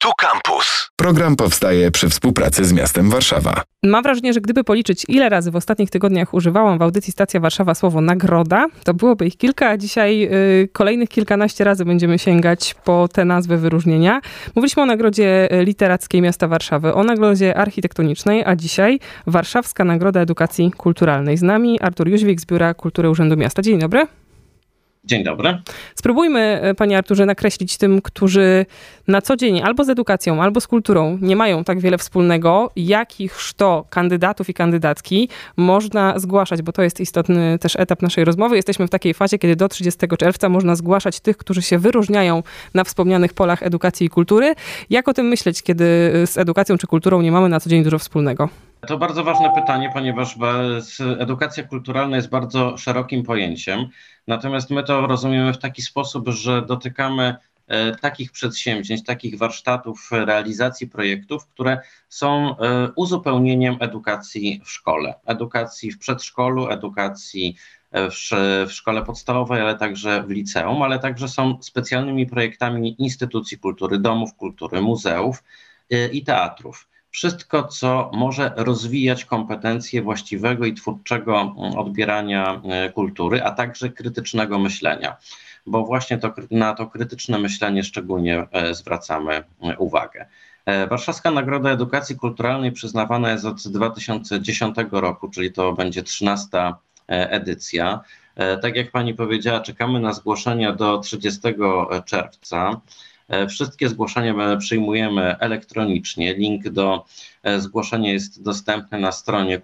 Tu Campus. Program powstaje przy współpracy z miastem Warszawa. Mam wrażenie, że gdyby policzyć, ile razy w ostatnich tygodniach używałam w audycji Stacja Warszawa słowo nagroda, to byłoby ich kilka, a dzisiaj kolejnych kilkanaście razy będziemy sięgać po te nazwy wyróżnienia. Mówiliśmy o Nagrodzie Literackiej Miasta Warszawy, o Nagrodzie Architektonicznej, a dzisiaj Warszawska Nagroda Edukacji Kulturalnej. Z nami Artur Jóźwik z Biura Kultury Urzędu Miasta. Dzień dobry. Dzień dobry. Spróbujmy, panie Arturze, nakreślić tym, którzy na co dzień albo z edukacją, albo z kulturą nie mają tak wiele wspólnego, jakichż to kandydatów i kandydatki można zgłaszać, bo to jest istotny też etap naszej rozmowy. Jesteśmy w takiej fazie, kiedy do 30 czerwca można zgłaszać tych, którzy się wyróżniają na wspomnianych polach edukacji i kultury. Jak o tym myśleć, kiedy z edukacją czy kulturą nie mamy na co dzień dużo wspólnego? To bardzo ważne pytanie, ponieważ edukacja kulturalna jest bardzo szerokim pojęciem. Natomiast my to rozumiemy w taki sposób, że dotykamy takich przedsięwzięć, takich warsztatów, realizacji projektów, które są uzupełnieniem edukacji w szkole. Edukacji w przedszkolu, edukacji w szkole podstawowej, ale także w liceum, ale także są specjalnymi projektami instytucji kultury, domów kultury, muzeów i teatrów. Wszystko, co może rozwijać kompetencje właściwego i twórczego odbierania kultury, a także krytycznego myślenia, bo właśnie na to krytyczne myślenie szczególnie zwracamy uwagę. Warszawska Nagroda Edukacji Kulturalnej przyznawana jest od 2010 roku, czyli to będzie 13. edycja. Tak jak pani powiedziała, czekamy na zgłoszenia do 30 czerwca. Wszystkie zgłoszenia przyjmujemy elektronicznie. Link do zgłoszenia jest dostępny na stronie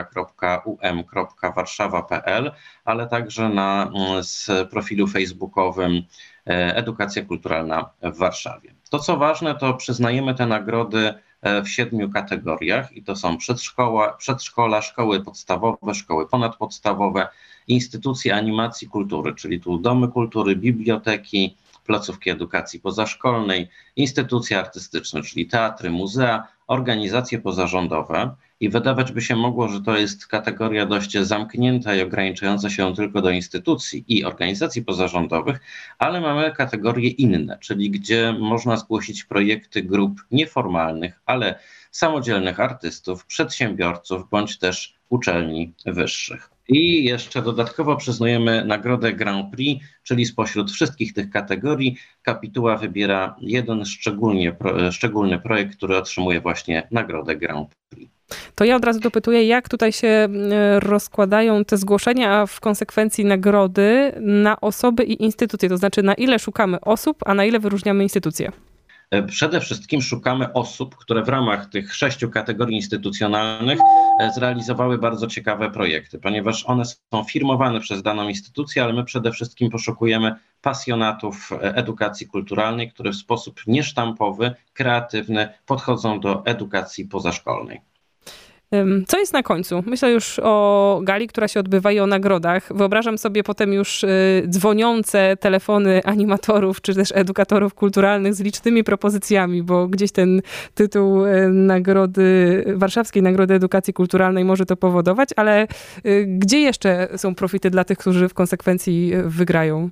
kultura.um.warszawa.pl, ale także na profilu facebookowym Edukacja Kulturalna w Warszawie. To co ważne, to przyznajemy te nagrody w 7 kategoriach i to są przedszkola, szkoły podstawowe, szkoły ponadpodstawowe, instytucje animacji kultury, czyli tu domy kultury, biblioteki, placówki edukacji pozaszkolnej, instytucje artystyczne, czyli teatry, muzea, organizacje pozarządowe. I wydawać by się mogło, że to jest kategoria dość zamknięta i ograniczająca się tylko do instytucji i organizacji pozarządowych, ale mamy kategorie inne, czyli gdzie można zgłosić projekty grup nieformalnych, ale samodzielnych artystów, przedsiębiorców bądź też uczelni wyższych. I jeszcze dodatkowo przyznajemy nagrodę Grand Prix, czyli spośród wszystkich tych kategorii kapituła wybiera jeden szczególny projekt, który otrzymuje właśnie nagrodę Grand Prix. To ja od razu dopytuję, jak tutaj się rozkładają te zgłoszenia, a w konsekwencji nagrody na osoby i instytucje, to znaczy na ile szukamy osób, a na ile wyróżniamy instytucje? Przede wszystkim szukamy osób, które w ramach tych 6 kategorii instytucjonalnych zrealizowały bardzo ciekawe projekty, ponieważ one są firmowane przez daną instytucję, ale my przede wszystkim poszukujemy pasjonatów edukacji kulturalnej, które w sposób niesztampowy, kreatywny podchodzą do edukacji pozaszkolnej. Co jest na końcu? Myślę już o gali, która się odbywa i o nagrodach. Wyobrażam sobie potem już dzwoniące telefony animatorów czy też edukatorów kulturalnych z licznymi propozycjami, bo gdzieś ten tytuł Warszawskiej Nagrody Edukacji Kulturalnej może to powodować, ale gdzie jeszcze są profity dla tych, którzy w konsekwencji wygrają?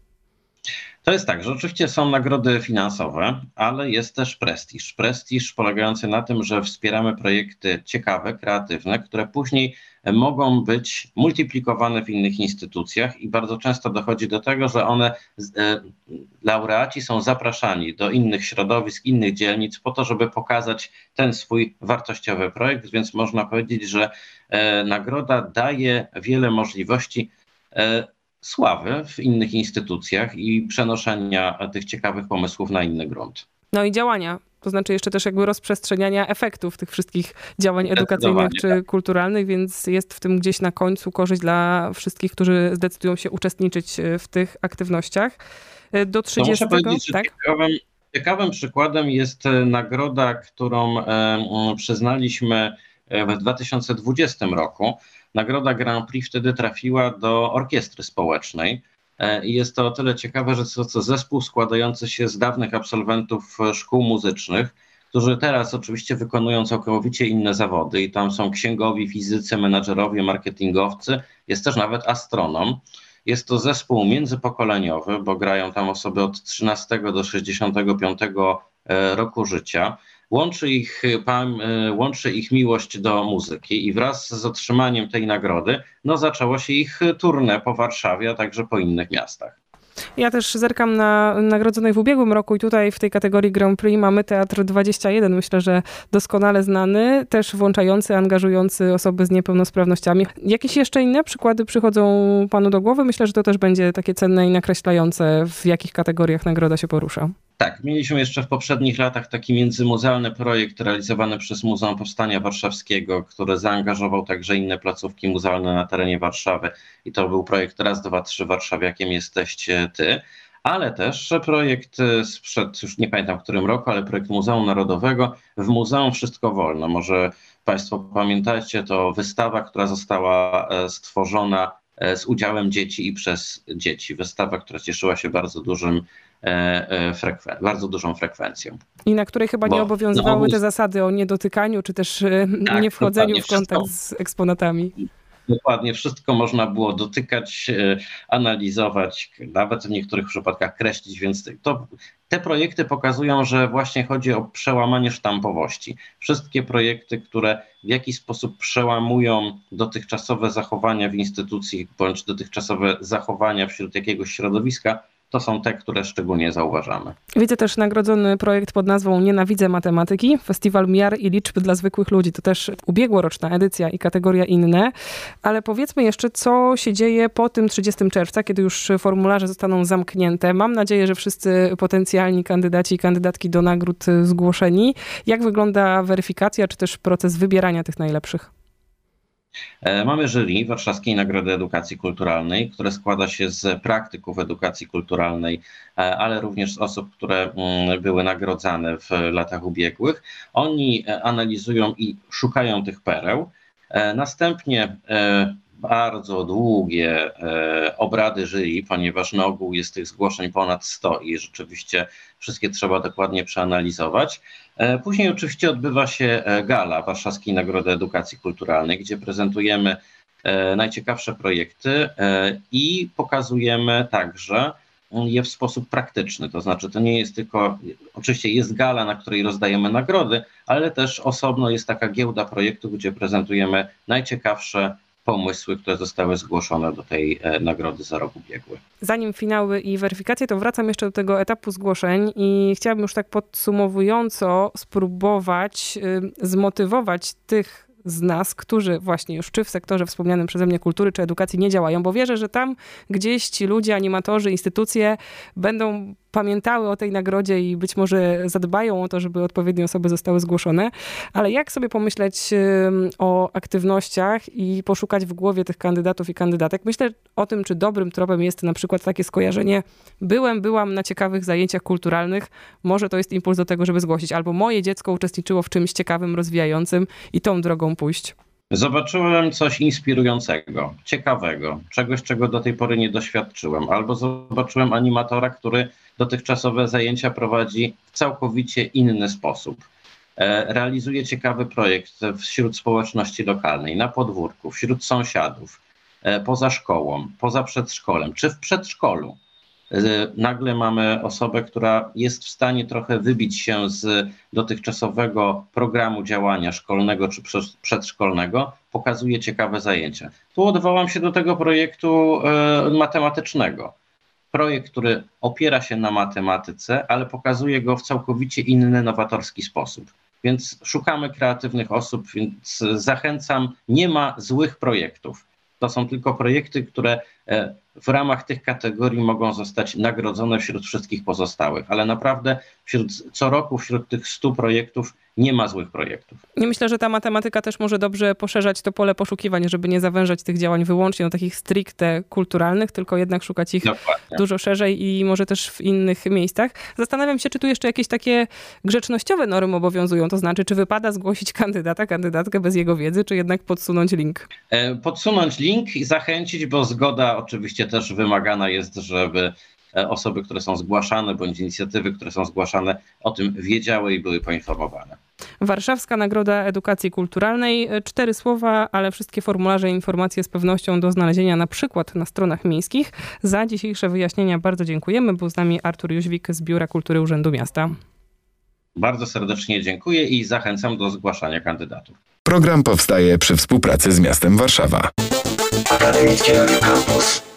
To jest tak, że oczywiście są nagrody finansowe, ale jest też prestiż. Prestiż polegający na tym, że wspieramy projekty ciekawe, kreatywne, które później mogą być multiplikowane w innych instytucjach i bardzo często dochodzi do tego, że laureaci są zapraszani do innych środowisk, innych dzielnic po to, żeby pokazać ten swój wartościowy projekt, więc można powiedzieć, że nagroda daje wiele możliwości sławy w innych instytucjach i przenoszenia tych ciekawych pomysłów na inny grunt. No i działania, to znaczy jeszcze też jakby rozprzestrzeniania efektów tych wszystkich działań edukacyjnych czy kulturalnych, więc jest w tym gdzieś na końcu korzyść dla wszystkich, którzy zdecydują się uczestniczyć w tych aktywnościach. Do 30. Muszę powiedzieć, że tak? ciekawym przykładem jest nagroda, którą przyznaliśmy w 2020 roku. Nagroda Grand Prix wtedy trafiła do orkiestry społecznej i jest to o tyle ciekawe, że to zespół składający się z dawnych absolwentów szkół muzycznych, którzy teraz oczywiście wykonują całkowicie inne zawody i tam są księgowi, fizycy, menadżerowie, marketingowcy, jest też nawet astronom. Jest to zespół międzypokoleniowy, bo grają tam osoby od 13 do 65 roku życia. Łączy ich miłość do muzyki i wraz z otrzymaniem tej nagrody zaczęło się ich tournée po Warszawie, a także po innych miastach. Ja też zerkam na nagrodzonych w ubiegłym roku i tutaj w tej kategorii Grand Prix mamy Teatr 21, myślę, że doskonale znany, też włączający, angażujący osoby z niepełnosprawnościami. Jakieś jeszcze inne przykłady przychodzą panu do głowy? Myślę, że to też będzie takie cenne i nakreślające, w jakich kategoriach nagroda się porusza. Tak, mieliśmy jeszcze w poprzednich latach taki międzymuzealny projekt realizowany przez Muzeum Powstania Warszawskiego, który zaangażował także inne placówki muzealne na terenie Warszawy i to był projekt Raz, dwa, trzy Warszawiakiem jesteś ty, ale też projekt sprzed, już nie pamiętam w którym roku, ale projekt Muzeum Narodowego w Muzeum Wszystko Wolno. Może Państwo pamiętacie, to wystawa, która została stworzona z udziałem dzieci i przez dzieci. Wystawa, która cieszyła się bardzo dużą frekwencją. I na której chyba nie obowiązywały te zasady o niedotykaniu, czy też nie wchodzeniu w kontakt z eksponatami. Dokładnie, wszystko można było dotykać, analizować, nawet w niektórych przypadkach kreślić, więc te projekty pokazują, że właśnie chodzi o przełamanie sztampowości. Wszystkie projekty, które w jakiś sposób przełamują dotychczasowe zachowania w instytucji, bądź dotychczasowe zachowania wśród jakiegoś środowiska, to są te, które szczególnie zauważamy. Widzę też nagrodzony projekt pod nazwą Nienawidzę matematyki. Festiwal miar i liczb dla zwykłych ludzi. To też ubiegłoroczna edycja i kategoria inne. Ale powiedzmy jeszcze, co się dzieje po tym 30 czerwca, kiedy już formularze zostaną zamknięte. Mam nadzieję, że wszyscy potencjalni kandydaci i kandydatki do nagród zgłoszeni. Jak wygląda weryfikacja, czy też proces wybierania tych najlepszych? Mamy jury Warszawskiej Nagrody Edukacji Kulturalnej, które składa się z praktyków edukacji kulturalnej, ale również z osób, które były nagrodzane w latach ubiegłych. Oni analizują i szukają tych pereł. Następnie bardzo długie obrady jury, ponieważ na ogół jest tych zgłoszeń ponad 100 i rzeczywiście wszystkie trzeba dokładnie przeanalizować. Później oczywiście odbywa się gala Warszawskiej Nagrody Edukacji Kulturalnej, gdzie prezentujemy najciekawsze projekty i pokazujemy także je w sposób praktyczny. To znaczy to nie jest tylko, oczywiście jest gala, na której rozdajemy nagrody, ale też osobno jest taka giełda projektów, gdzie prezentujemy najciekawsze pomysły, które zostały zgłoszone do tej nagrody za rok ubiegły. Zanim finały i weryfikacje, to wracam jeszcze do tego etapu zgłoszeń i chciałabym już tak podsumowująco spróbować zmotywować tych z nas, którzy właśnie już czy w sektorze wspomnianym przeze mnie kultury czy edukacji nie działają, bo wierzę, że tam gdzieś ci ludzie, animatorzy, instytucje będą pamiętały o tej nagrodzie i być może zadbają o to, żeby odpowiednie osoby zostały zgłoszone. Ale jak sobie pomyśleć o aktywnościach i poszukać w głowie tych kandydatów i kandydatek? Myślę o tym, czy dobrym tropem jest na przykład takie skojarzenie byłam na ciekawych zajęciach kulturalnych, może to jest impuls do tego, żeby zgłosić, albo moje dziecko uczestniczyło w czymś ciekawym, rozwijającym i tą drogą pójść. Zobaczyłem coś inspirującego, ciekawego, czegoś, czego do tej pory nie doświadczyłem, albo zobaczyłem animatora, który dotychczasowe zajęcia prowadzi w całkowicie inny sposób. Realizuje ciekawy projekt wśród społeczności lokalnej, na podwórku, wśród sąsiadów, poza szkołą, poza przedszkolem, czy w przedszkolu. Nagle mamy osobę, która jest w stanie trochę wybić się z dotychczasowego programu działania szkolnego czy przedszkolnego, pokazuje ciekawe zajęcia. Tu odwołam się do tego projektu matematycznego. Projekt, który opiera się na matematyce, ale pokazuje go w całkowicie inny, nowatorski sposób. Więc szukamy kreatywnych osób, więc zachęcam, nie ma złych projektów. To są tylko projekty, które w ramach tych kategorii mogą zostać nagrodzone wśród wszystkich pozostałych, ale naprawdę co roku wśród tych 100 projektów nie ma złych projektów. I myślę, że ta matematyka też może dobrze poszerzać to pole poszukiwań, żeby nie zawężać tych działań wyłącznie do takich stricte kulturalnych, tylko jednak szukać ich dużo szerzej i może też w innych miejscach. Zastanawiam się, czy tu jeszcze jakieś takie grzecznościowe normy obowiązują, to znaczy, czy wypada zgłosić kandydatkę bez jego wiedzy, czy jednak podsunąć link? Podsunąć link i zachęcić, bo zgoda oczywiście też wymagana jest, żeby osoby, które są zgłaszane, bądź inicjatywy, które są zgłaszane, o tym wiedziały i były poinformowane. Warszawska Nagroda Edukacji Kulturalnej. 4 słowa, ale wszystkie formularze i informacje z pewnością do znalezienia na przykład na stronach miejskich. Za dzisiejsze wyjaśnienia bardzo dziękujemy. Był z nami Artur Jóźwik z Biura Kultury Urzędu Miasta. Bardzo serdecznie dziękuję i zachęcam do zgłaszania kandydatów. Program powstaje przy współpracy z miastem Warszawa. Akademickie Radio Campus.